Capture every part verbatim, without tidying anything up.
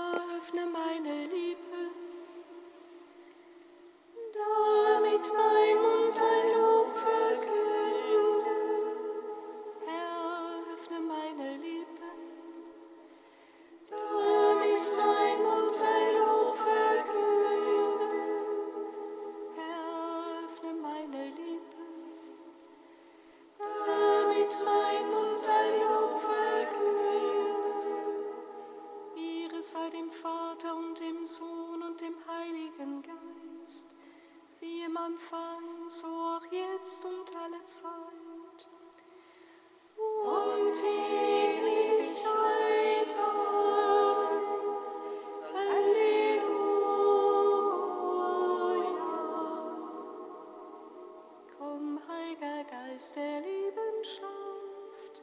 Herr, öffne meine Lippen, damit mein Mund dein Lob verkünde. Herr, öffne meine Lippen, damit mein Mund dein Lob verkünde. Herr, öffne meine Lippen, damit mein Mund dein Lob verkünde. Ehre sei dem Vater und dem Sohn und dem Heiligen Geist, wie im Anfang, so auch jetzt und alle Zeit und in Ewigkeit. Amen. Halleluja. Komm, Heiliger Geist der Lebenschaft,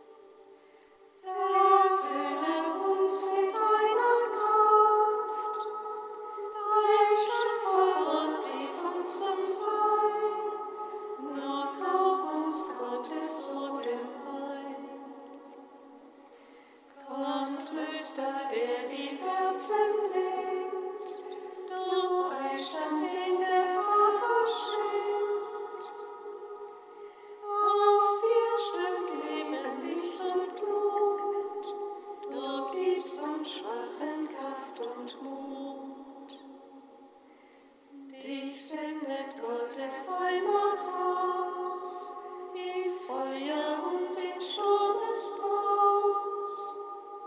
erfülle uns mit deiner Kraft, dein Schöpferwort rief uns zum Sein, nur braucht uns Gottes Sohn den Heil. Kommt, Tröster, der die Herzen lenkt, du Beistand, den der Vater schenkt. Aus dir strömt Leben, Licht und Glut, du gibst uns Schwachen Kraft und Mut. Dich sendet Gottes Allmacht aus, in Feuer und in Sturmesbraus.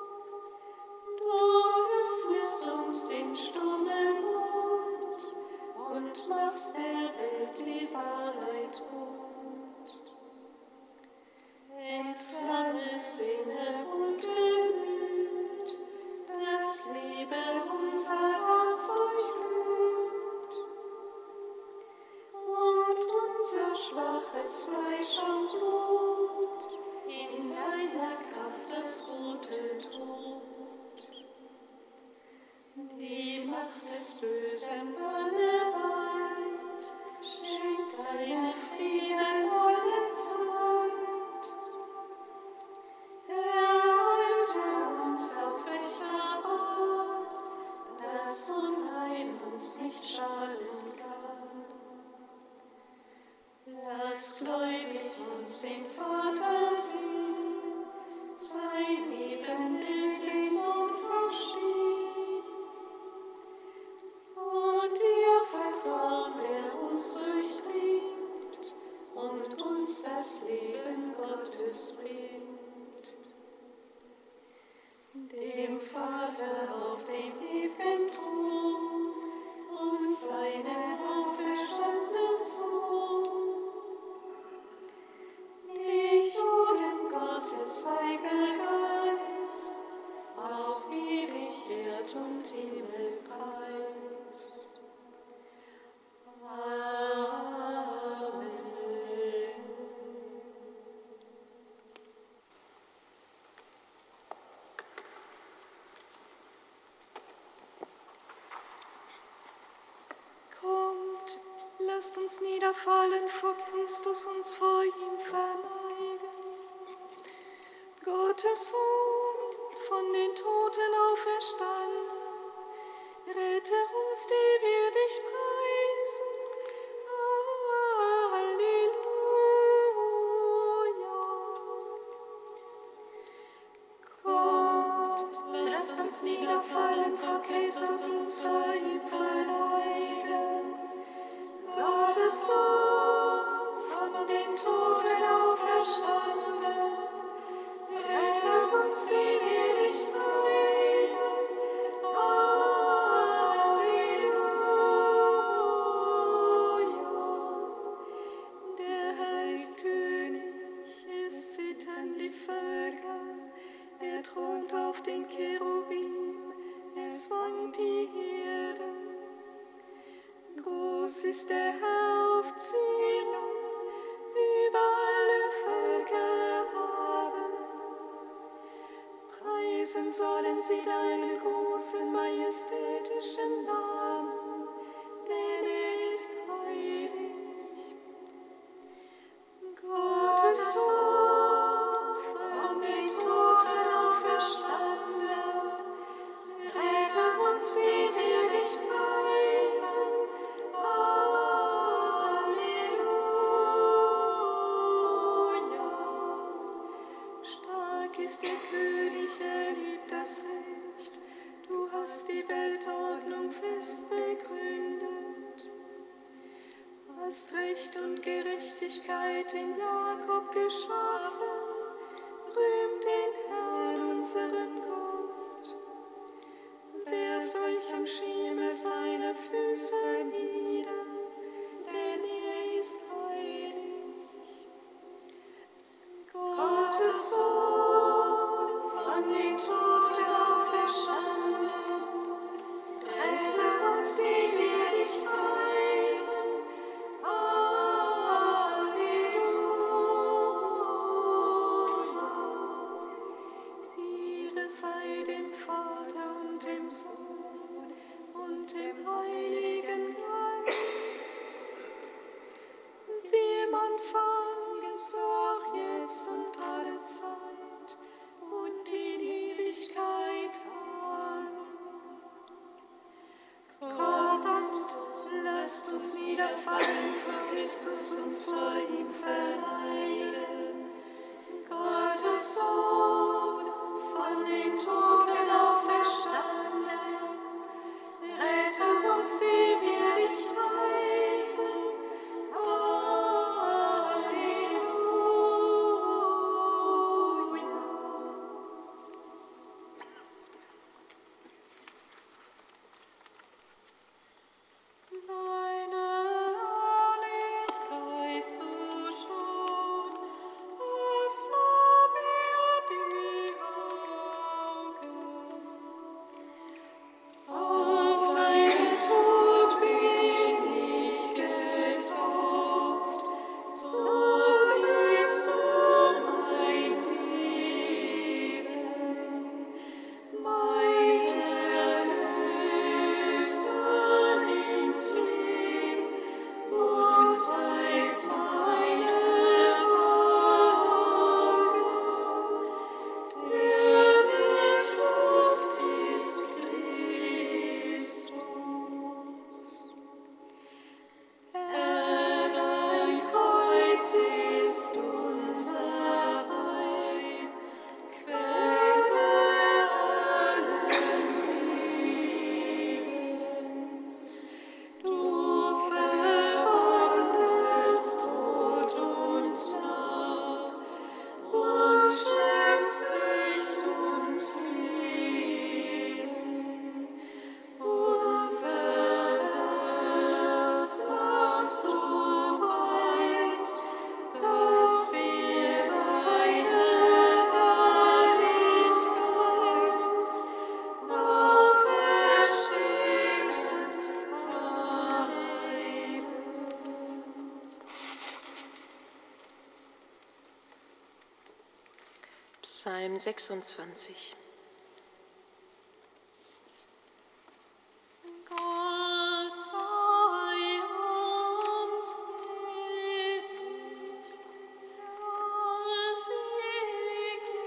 Du öffnest uns den stummen Mund und machst der Welt die Wahrheit kund. Entflamme Sinne und Gemüt, dass Liebe unser Herz durchglüht und unser schwaches Fleisch und Blut in seiner Kraft das Gute tut. Die Macht des Bösen banne weit, schenk deine friedenvolle Zeit. Erhalte uns aufrechter Bahn, dass Unheil uns nicht schaden kann. Lass gläubig uns den Vater sehen, sein Ebenbild den Sohn verstehen. Und dir vertrauen, der uns durchdringt und uns das Leben Gottes bringt. Dem Vater auf dem ewigen Thron und seinen auferstandenen Sohn. Dich, o dem Gottes heiliger Geist, auf ewig Erd und Himmel preist. Amen. Kommt, lasst uns niederfallen vor Christus, uns vor ihm verneigen. Gottes Sohn, von den Toten auferstanden, rette uns, die wir dich preisen. Halleluja. Kommt, lasst uns niederfallen vor Christus, uns vor ihm verneigen. Gottes Sohn, von den Toten auferstanden, rette uns, die wir dich preisen. Halleluja. Der Herr ist König, es zittern die Völker, er thront auf den Cherubim, es wankt die Erde. Groß ist der Herr auf Zion, über alle Völker erhaben. Preisen sollen sie deinen großen, majestätischen Namen, denn er ist heilig. Gottes Sohn, von den Toten auferstanden, rette uns, hast Recht und Gerechtigkeit in Jakob geschaffen. Rühmt den Herrn, unseren Gott. Werft euch am Schemel seiner Füße nieder, denn er ist heilig. Gottes Sohn, von den Toten auferstanden, rette uns, die wir dich preisen. Sei dem Vater und dem Sohn und dem Heiligen Geist, wie im Anfang, so auch jetzt und alle Zeit und in Ewigkeit. Amen. Gott, lasst uns niederfallen vor Christus und vor ihm verneigen. Gottes Sohn, von den Toten auferstanden, rette uns, die wir dich preisen. Halleluja. Deine Herrlichkeit zu schauen, öffne mir die Augen. Auf deinen Tod bin ich getauft, so bist du mein Leben, mein Erlöser nimmt ihn und treibt meine Augen. Der mich ruft, ist Christus. Herr, dein Kreuz ist unser Heil, Quelle allen Lebens. Du verwandelst Tod und Nacht und schenkst Licht und Leben. Unser Herz machst du weit, dass wir deine Herrlichkeit auferstehend teilen. Psalm sechsundzwanzig. Gott sei uns gnädig, er segne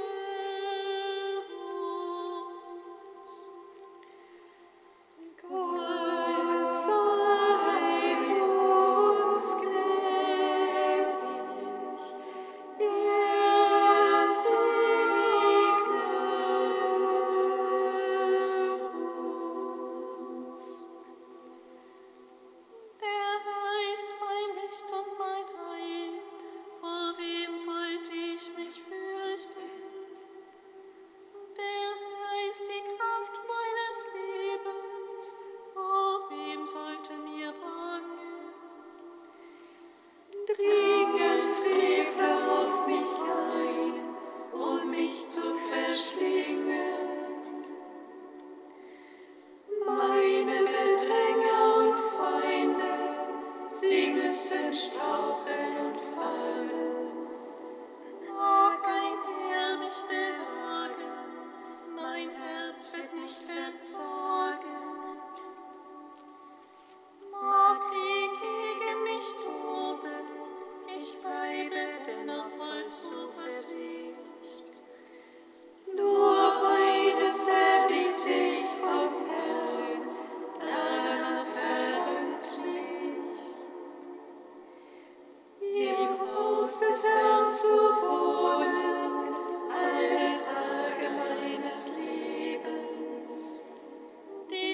uns. Gott sei uns gnädig, er segne uns. Der Herr ist mein Licht und mein Heil, vor wem sollte ich mich fürchten? Der Herr ist die Kraft meines Lebens, vor wem sollte mir bangen? Dringen Frevler auf mich ein, um mich zu verschlingen. Meine Bedränger und Feinde, sie müssen staucheln und fallen. Mag ein Heer mich belagen, mein Herz wird nicht verzagen. Mag Krieg gegen mich toben, ich bleibe dennoch voll Zuversicht. Nur eines erbitte ich vom Herrn, danach verlangt mich, im Haus des Herrn zu wohnen, alle Tage meines Lebens. Die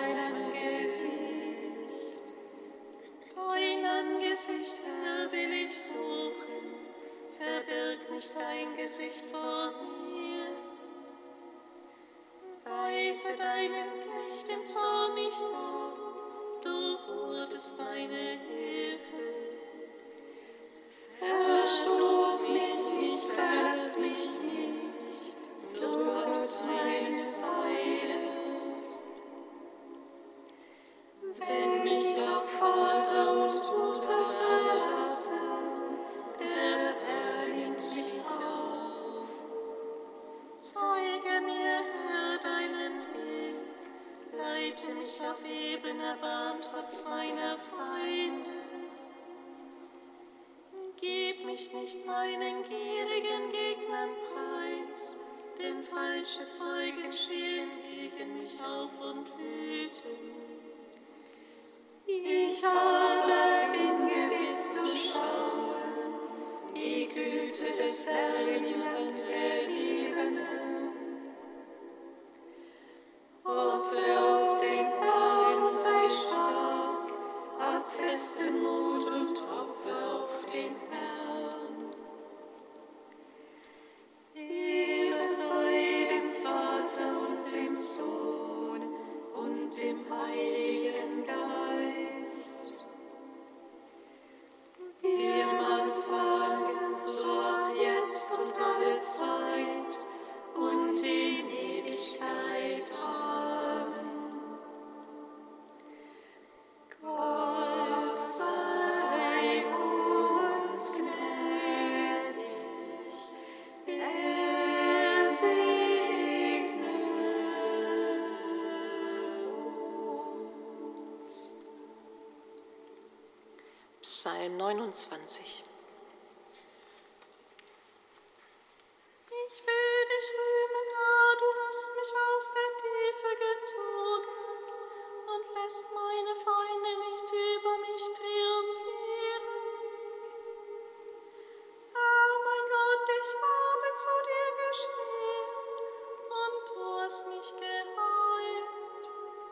dein Angesicht. Dein Angesicht, Herr, will ich suchen, verbirg nicht dein Gesicht vor mir. Weise deinen Knecht im Zorn nicht an, du wurdest meine Hilfe. Verstoß mich nicht, verlass mich nicht, du Gott meines Heiles. Wenn mich auch Vater und Mutter verlassen, der Herr nimmt mich auf. Zeige mir, Herr, deinen Weg, leite mich auf ebener Bahn trotz meiner Feinde. Gib mich nicht meinen gierigen Gegnern preis, denn falsche Zeugen stehen gegen mich auf und wüten. Ich aber bin gewiss zu schauen, die Güte des Herrn im Land der Lebenden. Hoffe auf den Herrn und sei stark, hab festen Mut und hoffe auf den Herrn. Ehre sei dem Vater und dem Sohn und dem Heiligen Geist. Wie am Anfang, so auch jetzt und alle Zeit und in Ewigkeit. Amen. Gott sei uns gnädig, er segne uns. Psalm neunundzwanzig. Ich will dich rühmen, Herr, du hast mich aus der Tiefe gezogen und lässt meine Feinde nicht über mich triumphieren. Herr, mein Gott, ich habe zu dir geschrien und du hast mich geheilt.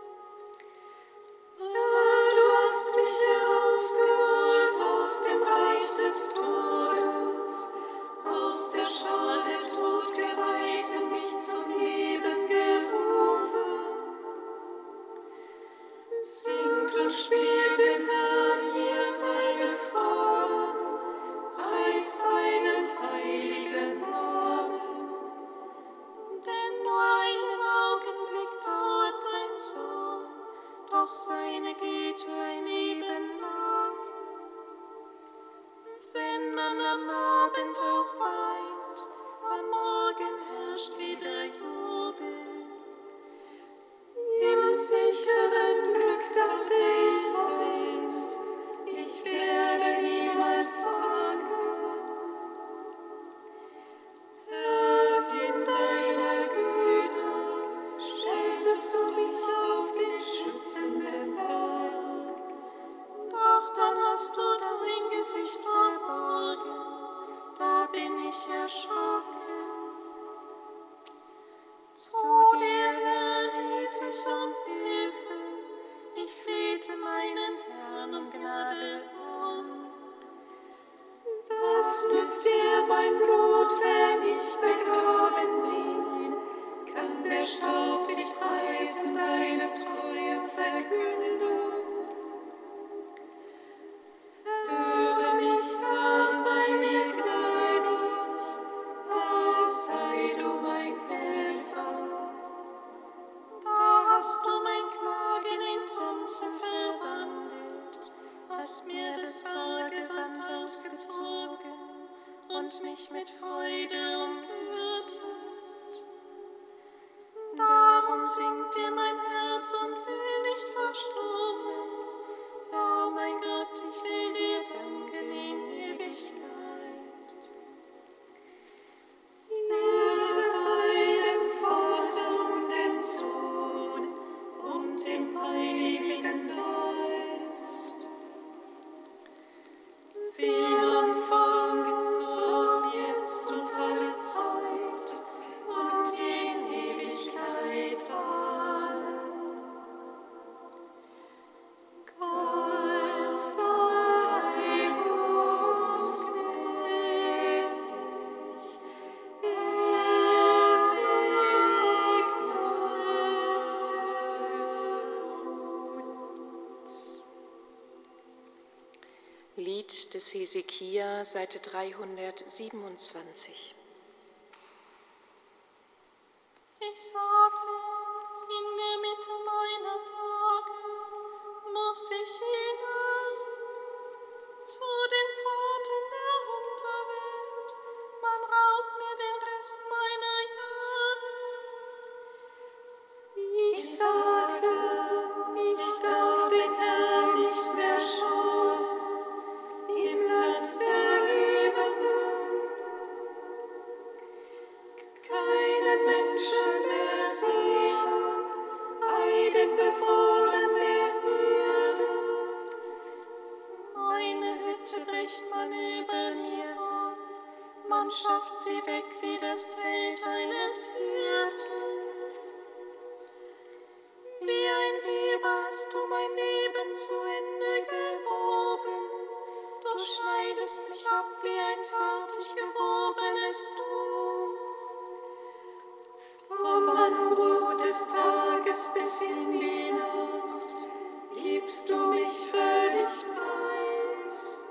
Herr, du hast mich herausgeholt aus dem Reich des Todes, aus der Schar der Todgeweihten mich zum Leben gerufen. Singt und spielt dem Herrn hier seine Frauen, preist seinen heiligen Namen. Denn nur einen Augenblick dauert sein Zorn, doch seine Güte ein Leben lang. Wenn man am Abend auch weint, am Morgen herrscht wieder Jubel. Im sicheren Glück dachte ich einst, ich werde niemals wanken. Herr, in deiner Güte stelltest du mich auf den schützenden Berg. Doch dann hast du dein Gesicht verborgen, da bin ich erschrocken. Zu dir, Herr, rief ich um Hilfe, ich flehte meinen Herrn um Gnade an. Was nützt dir mein Blut, wenn ich begraben bin? Kann der Staub dich preisen, deine Treue verkünden? Höre mich, Herr, sei mir gnädig, Herr, sei du mein Helfer. Da hast du mein Klagen in Tanzen verwandelt, hast mir das Tagewand ausgezogen und mich mit Freude umgürtet. Darum singt dir mein Herz und will nicht verstummen. Ja, mein Gott, ich will dir danken in Ewigkeit. Ehre sei dem Vater und dem Sohn und dem Heiligen Geist. Wie am Anfang, so auch jetzt und alle Zeit und in Ewigkeit. Amen. Lied des Hesekia, Seite dreihundertsiebenundzwanzig. Ich sagte, in der Mitte meiner Tage muss ich hinein zu den Pforten der Unterwelt. Man raubt mir den Rest meiner Jahre. Ich sagte, ich darf den Herrn nicht mehr schauen im Land der Lebenden. Keinen Menschen mehr sehen, den Bewohnern der Erde. Meine Hütte bricht man über mir an, man schafft sie weg wie das Zelt eines Hirten. Wie ein Weber hast du mein Leben zu Ende gewoben, du schneidest mich ab wie ein fertig gewobenes Tuch. Vom Anbruch des Tages bis in die Nacht gibst du mich völlig preis.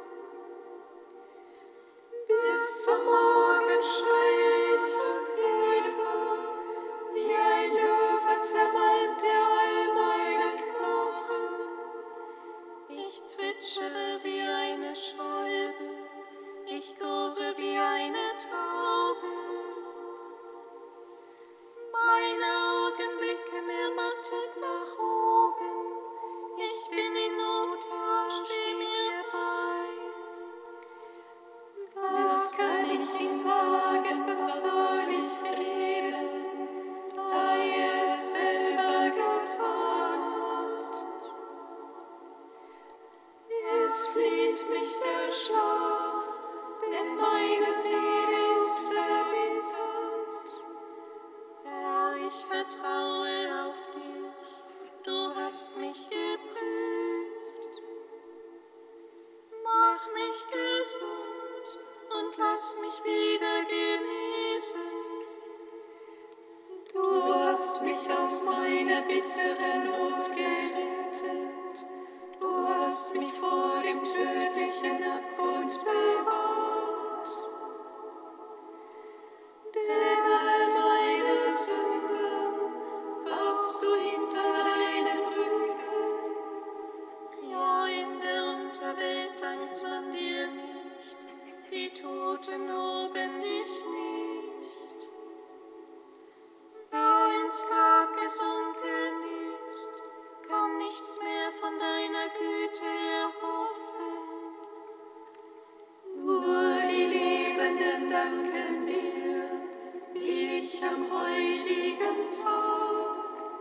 Bis zum Morgen schreie ich um Hilfe, wie ein Löwe zermalmt er all meine Knochen. Ich zwitschere wie eine Schwalbe, ich gurre wie eine Taube. Meine Augen blicken ermattet nach oben. Ich bin in Not, Herr, steh mir bei. Was kann ich ihm sagen, was soll ich reden, da er es selber getan hat? Es flieht mich der Schlaf, denn meine Seele ist verbittert. Herr, ich vertraue auf dich, du hast mich geprüft. Mach mich gesund und lass mich wieder genesen. Du hast mich aus meiner bitteren Not gerettet. Du hast mich vor dem tödlichen Abgrund bewahrt. Denn all meine Sünden warfst du hinter deinen Rücken. Ja, in der Unterwelt dankt man dir nicht, die Toten loben dich nicht. Wer ins Grab gesunken ist, kann nichts mehr von deiner Güte erhoffen. Nur die Lebenden danken dir, wie ich am heutigen Tag.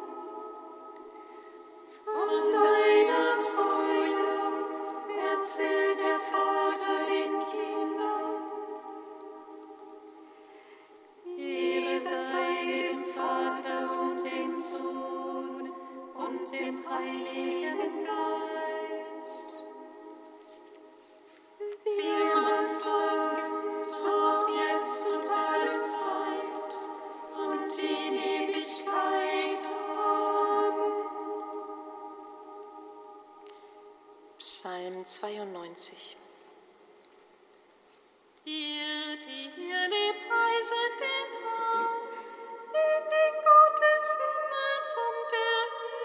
Von deiner Treue erzählt der Vater den Kindern. Ehre sei dem Vater und dem Sohn und dem Heiligen Geist. Wie am Anfang, so auch jetzt und alle Zeit und in Ewigkeit. Amen. Psalm zweiundneunzig. Ihr, die hier lebt, preiset den Herrn, in den Gott des Himmels und der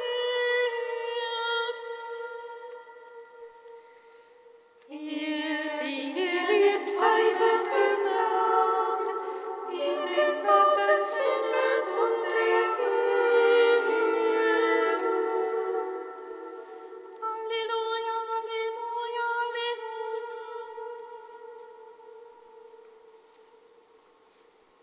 Erde. Ihr, die hier lebt, preiset den Herrn, in den Gott des Himmels und der Erde. Halleluja, Halleluja, Halleluja.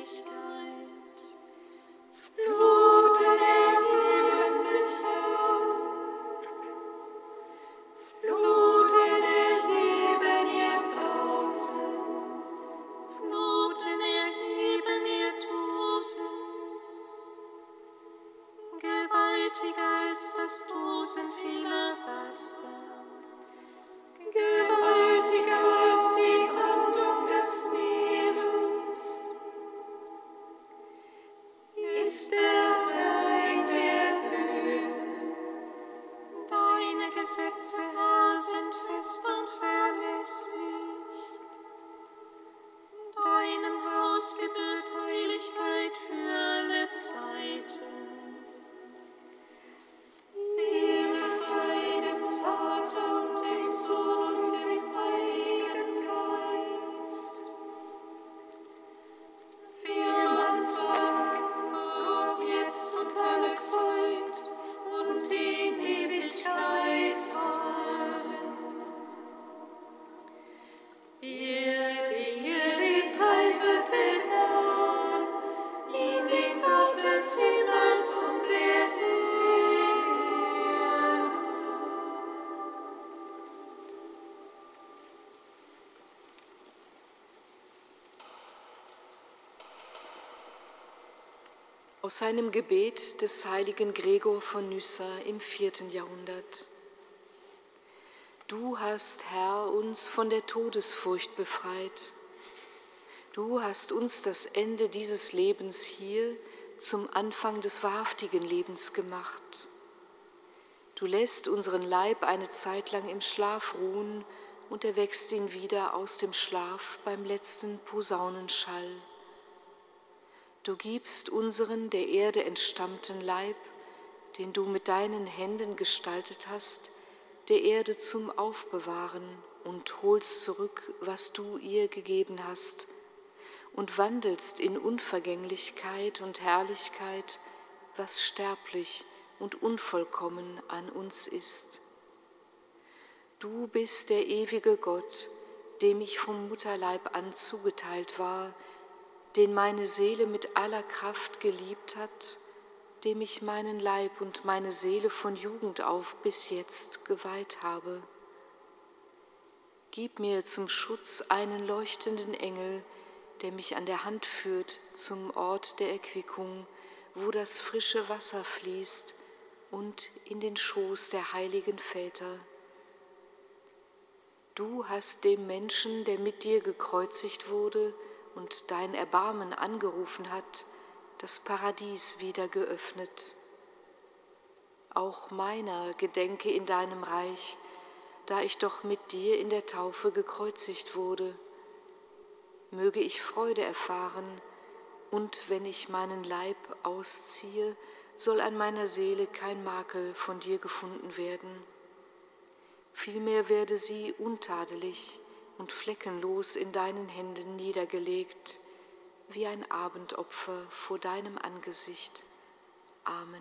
Fluten erheben sich her, Fluten erheben ihr Brausen, Fluten erheben ihr Tosen, gewaltiger als das Tosen vieler Wasser, gewaltiger als die Brandung des Meeres, ist der Herr in der Höhe. Deine Gesetze, Herr, sind fest und verlässlich. Deinem Haus gebührt Heiligkeit für alle Zeiten. Ehre sei dem Vater und dem Sohn und dem Heiligen Geist. Wie am Anfang, so auch jetzt und alle Zeit und in Ewigkeit. Amen. Ihr, die ihr liebt, preiset den Herrn, ihn, den Gott des Himmels und der Erde. Aus seinem Gebet des heiligen Gregor von Nyssa im vierten Jahrhundert. Du hast, Herr, uns von der Todesfurcht befreit. Du hast uns das Ende dieses Lebens hier zum Anfang des wahrhaftigen Lebens gemacht. Du lässt unseren Leib eine Zeit lang im Schlaf ruhen und erweckst ihn wieder aus dem Schlaf beim letzten Posaunenschall. Du gibst unseren der Erde entstammten Leib, den du mit deinen Händen gestaltet hast, der Erde zum Aufbewahren und holst zurück, was du ihr gegeben hast, und wandelst in Unvergänglichkeit und Herrlichkeit, was sterblich und unvollkommen an uns ist. Du bist der ewige Gott, dem ich vom Mutterleib an zugeteilt war, den meine Seele mit aller Kraft geliebt hat, dem ich meinen Leib und meine Seele von Jugend auf bis jetzt geweiht habe. Gib mir zum Schutz einen leuchtenden Engel, der mich an der Hand führt zum Ort der Erquickung, wo das frische Wasser fließt, und in den Schoß der heiligen Väter. Du hast dem Menschen, der mit dir gekreuzigt wurde und dein Erbarmen angerufen hat, das Paradies wieder geöffnet. Auch meiner gedenke in deinem Reich, da ich doch mit dir in der Taufe gekreuzigt wurde. Möge ich Freude erfahren, und wenn ich meinen Leib ausziehe, soll an meiner Seele kein Makel von dir gefunden werden. Vielmehr werde sie untadelig und fleckenlos in deinen Händen niedergelegt, wie ein Abendopfer vor deinem Angesicht. Amen.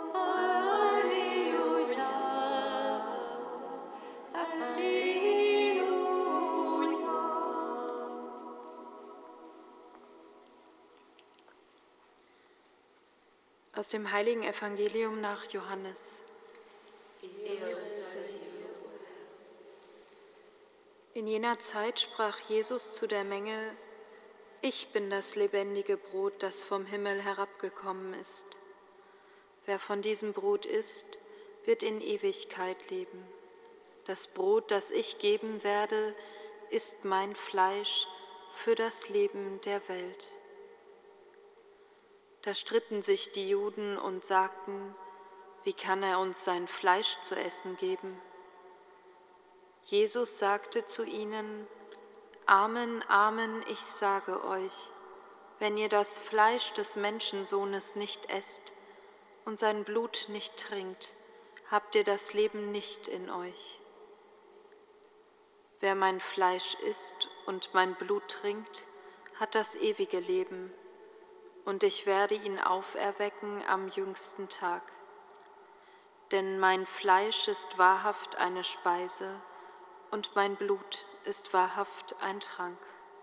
Halleluja. Aus dem heiligen Evangelium nach Johannes. Ehre sei dir. In jener Zeit sprach Jesus zu der Menge: Ich bin das lebendige Brot, das vom Himmel herabgekommen ist. Wer von diesem Brot isst, wird in Ewigkeit leben. Das Brot, das ich geben werde, ist mein Fleisch für das Leben der Welt. Da stritten sich die Juden und sagten: Wie kann er uns sein Fleisch zu essen geben? Jesus sagte zu ihnen: Amen, Amen, ich sage euch, wenn ihr das Fleisch des Menschensohnes nicht esst und sein Blut nicht trinkt, habt ihr das Leben nicht in euch. Wer mein Fleisch isst und mein Blut trinkt, hat das ewige Leben, und ich werde ihn auferwecken am jüngsten Tag. Denn mein Fleisch ist wahrhaft eine Speise, und mein Blut ist wahrhaft ein Trank.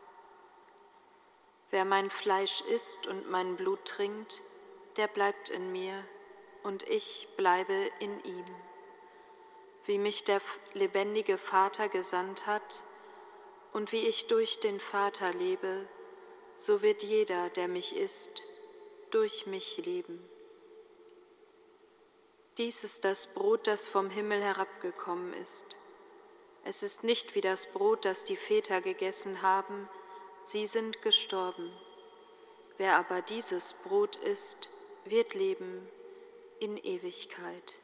Wer mein Fleisch isst und mein Blut trinkt, der bleibt in mir, und ich bleibe in ihm. Wie mich der lebendige Vater gesandt hat und wie ich durch den Vater lebe, so wird jeder, der mich isst, durch mich leben. Dies ist das Brot, das vom Himmel herabgekommen ist. Es ist nicht wie das Brot, das die Väter gegessen haben, sie sind gestorben. Wer aber dieses Brot isst, wird leben in Ewigkeit.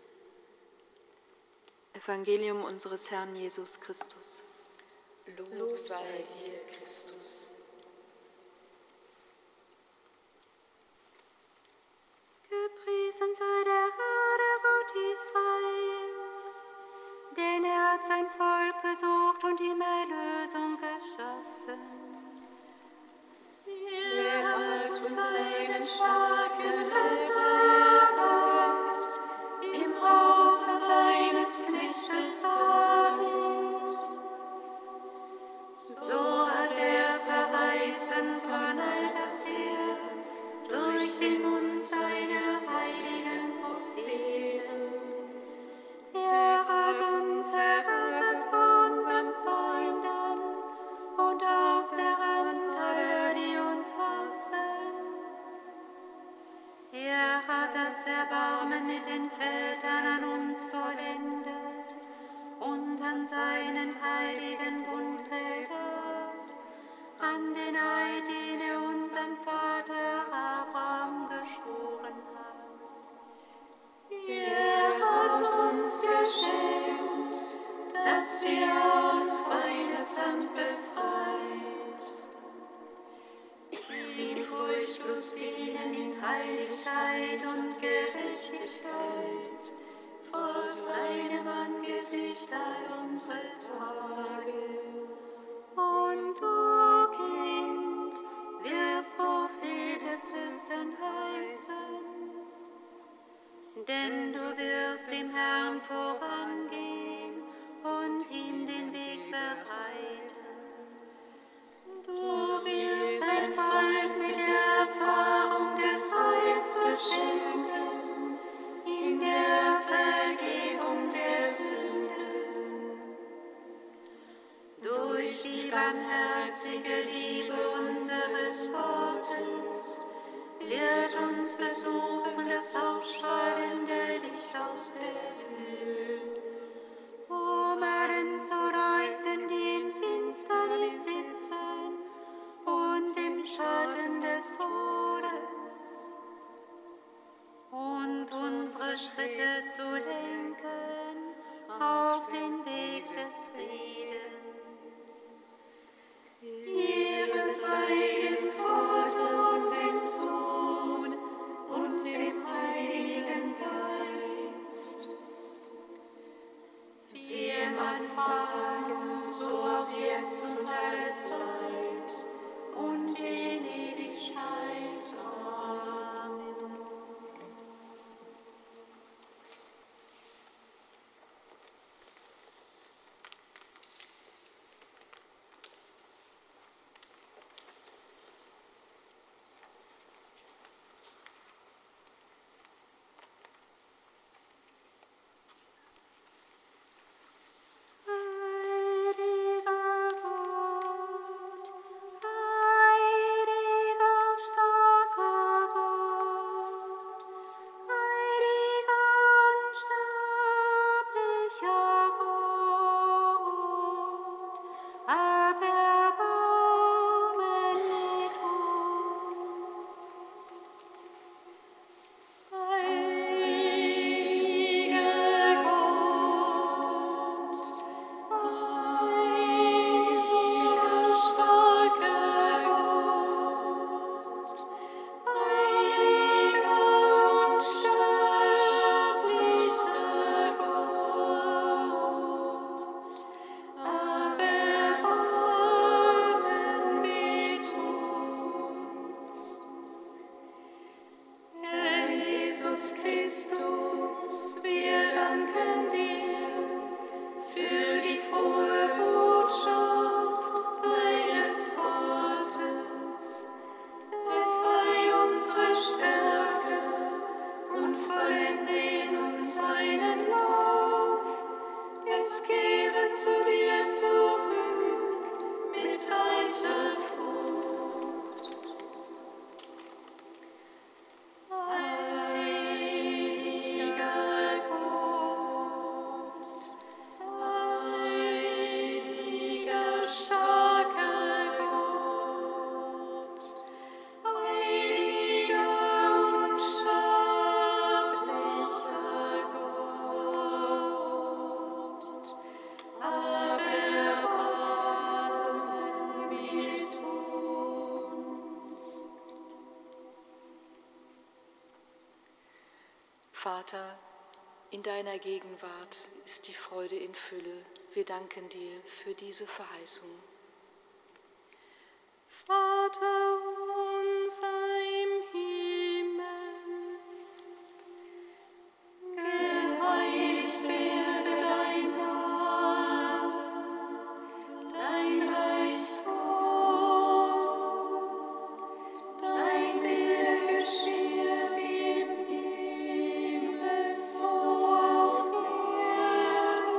Evangelium unseres Herrn Jesus Christus. Lob sei dir, Christus. Gepriesen sei der Herr, der Gott Israels, denn er hat sein Volk besucht und ihm Erlösung geschaffen. Er hat uns seinen starken Retter erweckt, im Hause seines Knechtes David. So hat er verheißen von alters her, durch den Mund seiner heiligen Propheten. Er hat uns errettet von unseren Feinden und aus der Hand aller, die uns hassen. Er hat das Erbarmen mit den Vätern an uns vollendet und an seinen heiligen Bund gedacht, an den Eid, den er unserem Vater Abraham geschworen hat. Er hat uns geschenkt, dass wir aus Feindeshand befreit, ihm furchtlos dienen in Heiligkeit und Gerechtigkeit, vor seinem Angesicht all unsere Tage. Und du, Kind, wirst Prophet des Höchsten heißen, denn du wirst dem Herrn vorangehen und ihm den Weg bereiten. Du wirst ein Volk mit der Erfahrung des Heils beschenken, in der Vergebung der Sünden. Durch die barmherzige Liebe unseres Gottes wird uns besuchen das aufstrahlende Licht aus der Höhe, um allen zu leuchten, die in Finsternis sitzen und im Schatten des Todes, und unsere Schritte zu lenken auf den Weg des Friedens. Ehre sei dem Vater und dem Sohn und dem Heiligen Geist, wie im Anfang, so auch jetzt und alle Zeit und in Ewigkeit. Amen. uns kehre zu dir zurück mit reicher Frucht. Heiliger Gott, heiliger, starker Gott, heiliger, unsterblicher Gott, hab Erbarmen mit uns. Vater, in deiner Gegenwart ist die Freude in Fülle. Wir danken dir für diese Verheißung. Vater unser im Himmel, geheiligt werde dein Name, dein Reich kommt, dein Wille geschehe wie im Himmel, so auf Erden.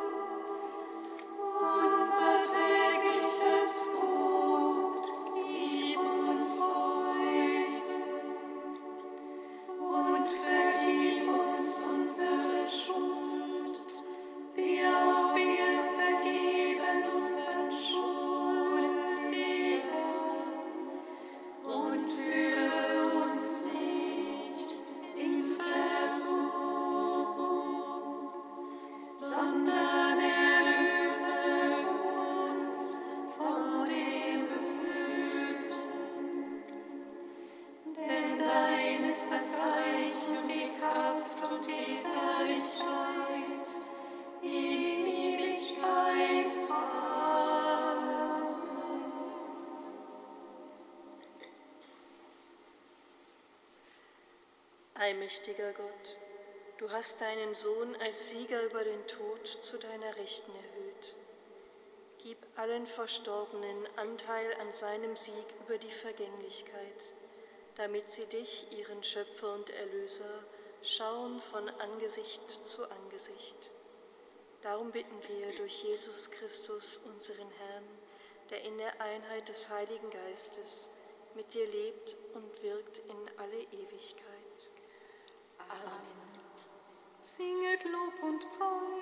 Unser tägliches Brot gib uns heute und vergib uns unsere Schuld, wie auch wir vergeben unseren Schuldigen. Und führe uns nicht in Versuchung, sondern erlöse uns von dem Bösen. Denn dein ist das Reich und die Kraft und die Herrlichkeit in Ewigkeit. Amen. Allmächtiger Gott, du hast deinen Sohn als Sieger über den Tod zu deiner Rechten erhöht. Gib allen Verstorbenen Anteil an seinem Sieg über die Vergänglichkeit, damit sie dich, ihren Schöpfer und Erlöser, schauen von Angesicht zu Angesicht. Darum bitten wir durch Jesus Christus, unseren Herrn, der in der Einheit des Heiligen Geistes mit dir lebt und wirkt in alle Ewigkeit. Amen. Singet Lob und Preis.